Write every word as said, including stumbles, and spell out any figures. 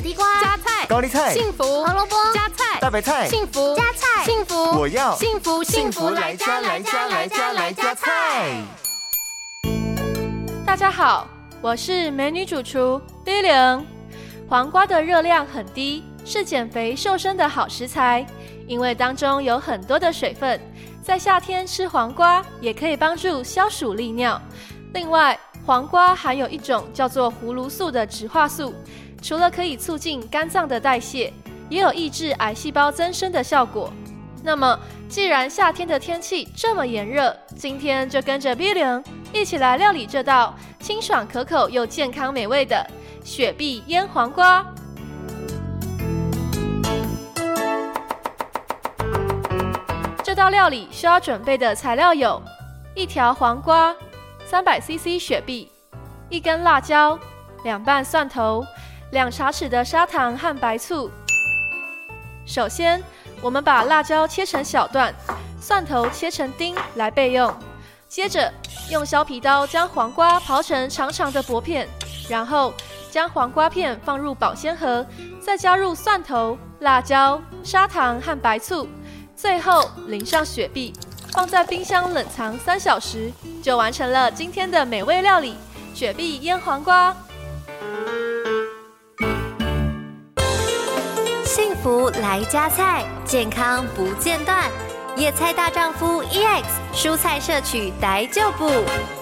地瓜、 加菜、 高丽菜、 幸福、 胡萝卜、 加菜、 大白菜、 幸福、 加菜、 幸福， 我要幸福幸福来家来家来家来家菜。 大家好，我是美女主厨丽玲。黄瓜的热量很低，是减肥瘦身的好食材，因为当中有很多的水分，在夏天吃黄瓜也可以帮助消暑利尿。另外，黄瓜含有一种叫做葫芦素的植化素，除了可以促进肝脏的代谢，也有抑制癌细胞增生的效果。那么，既然夏天的天气这么炎热，今天就跟着 B 零一起来料理这道清爽可口又健康美味的雪碧腌黄瓜。这道料理需要准备的材料有：一条黄瓜、三百 C C 雪碧、一根辣椒、两瓣蒜头、两茶匙的砂糖和白醋。首先，我们把辣椒切成小段，蒜头切成丁来备用。接着，用削皮刀将黄瓜刨成长长的薄片，然后将黄瓜片放入保鲜盒，再加入蒜头、辣椒、砂糖和白醋，最后淋上雪碧，放在冰箱冷藏三小时，就完成了今天的美味料理——雪碧腌黄瓜。 幸福来加菜，健康不间断。野菜大丈夫 E X 蔬菜摄取逮就补。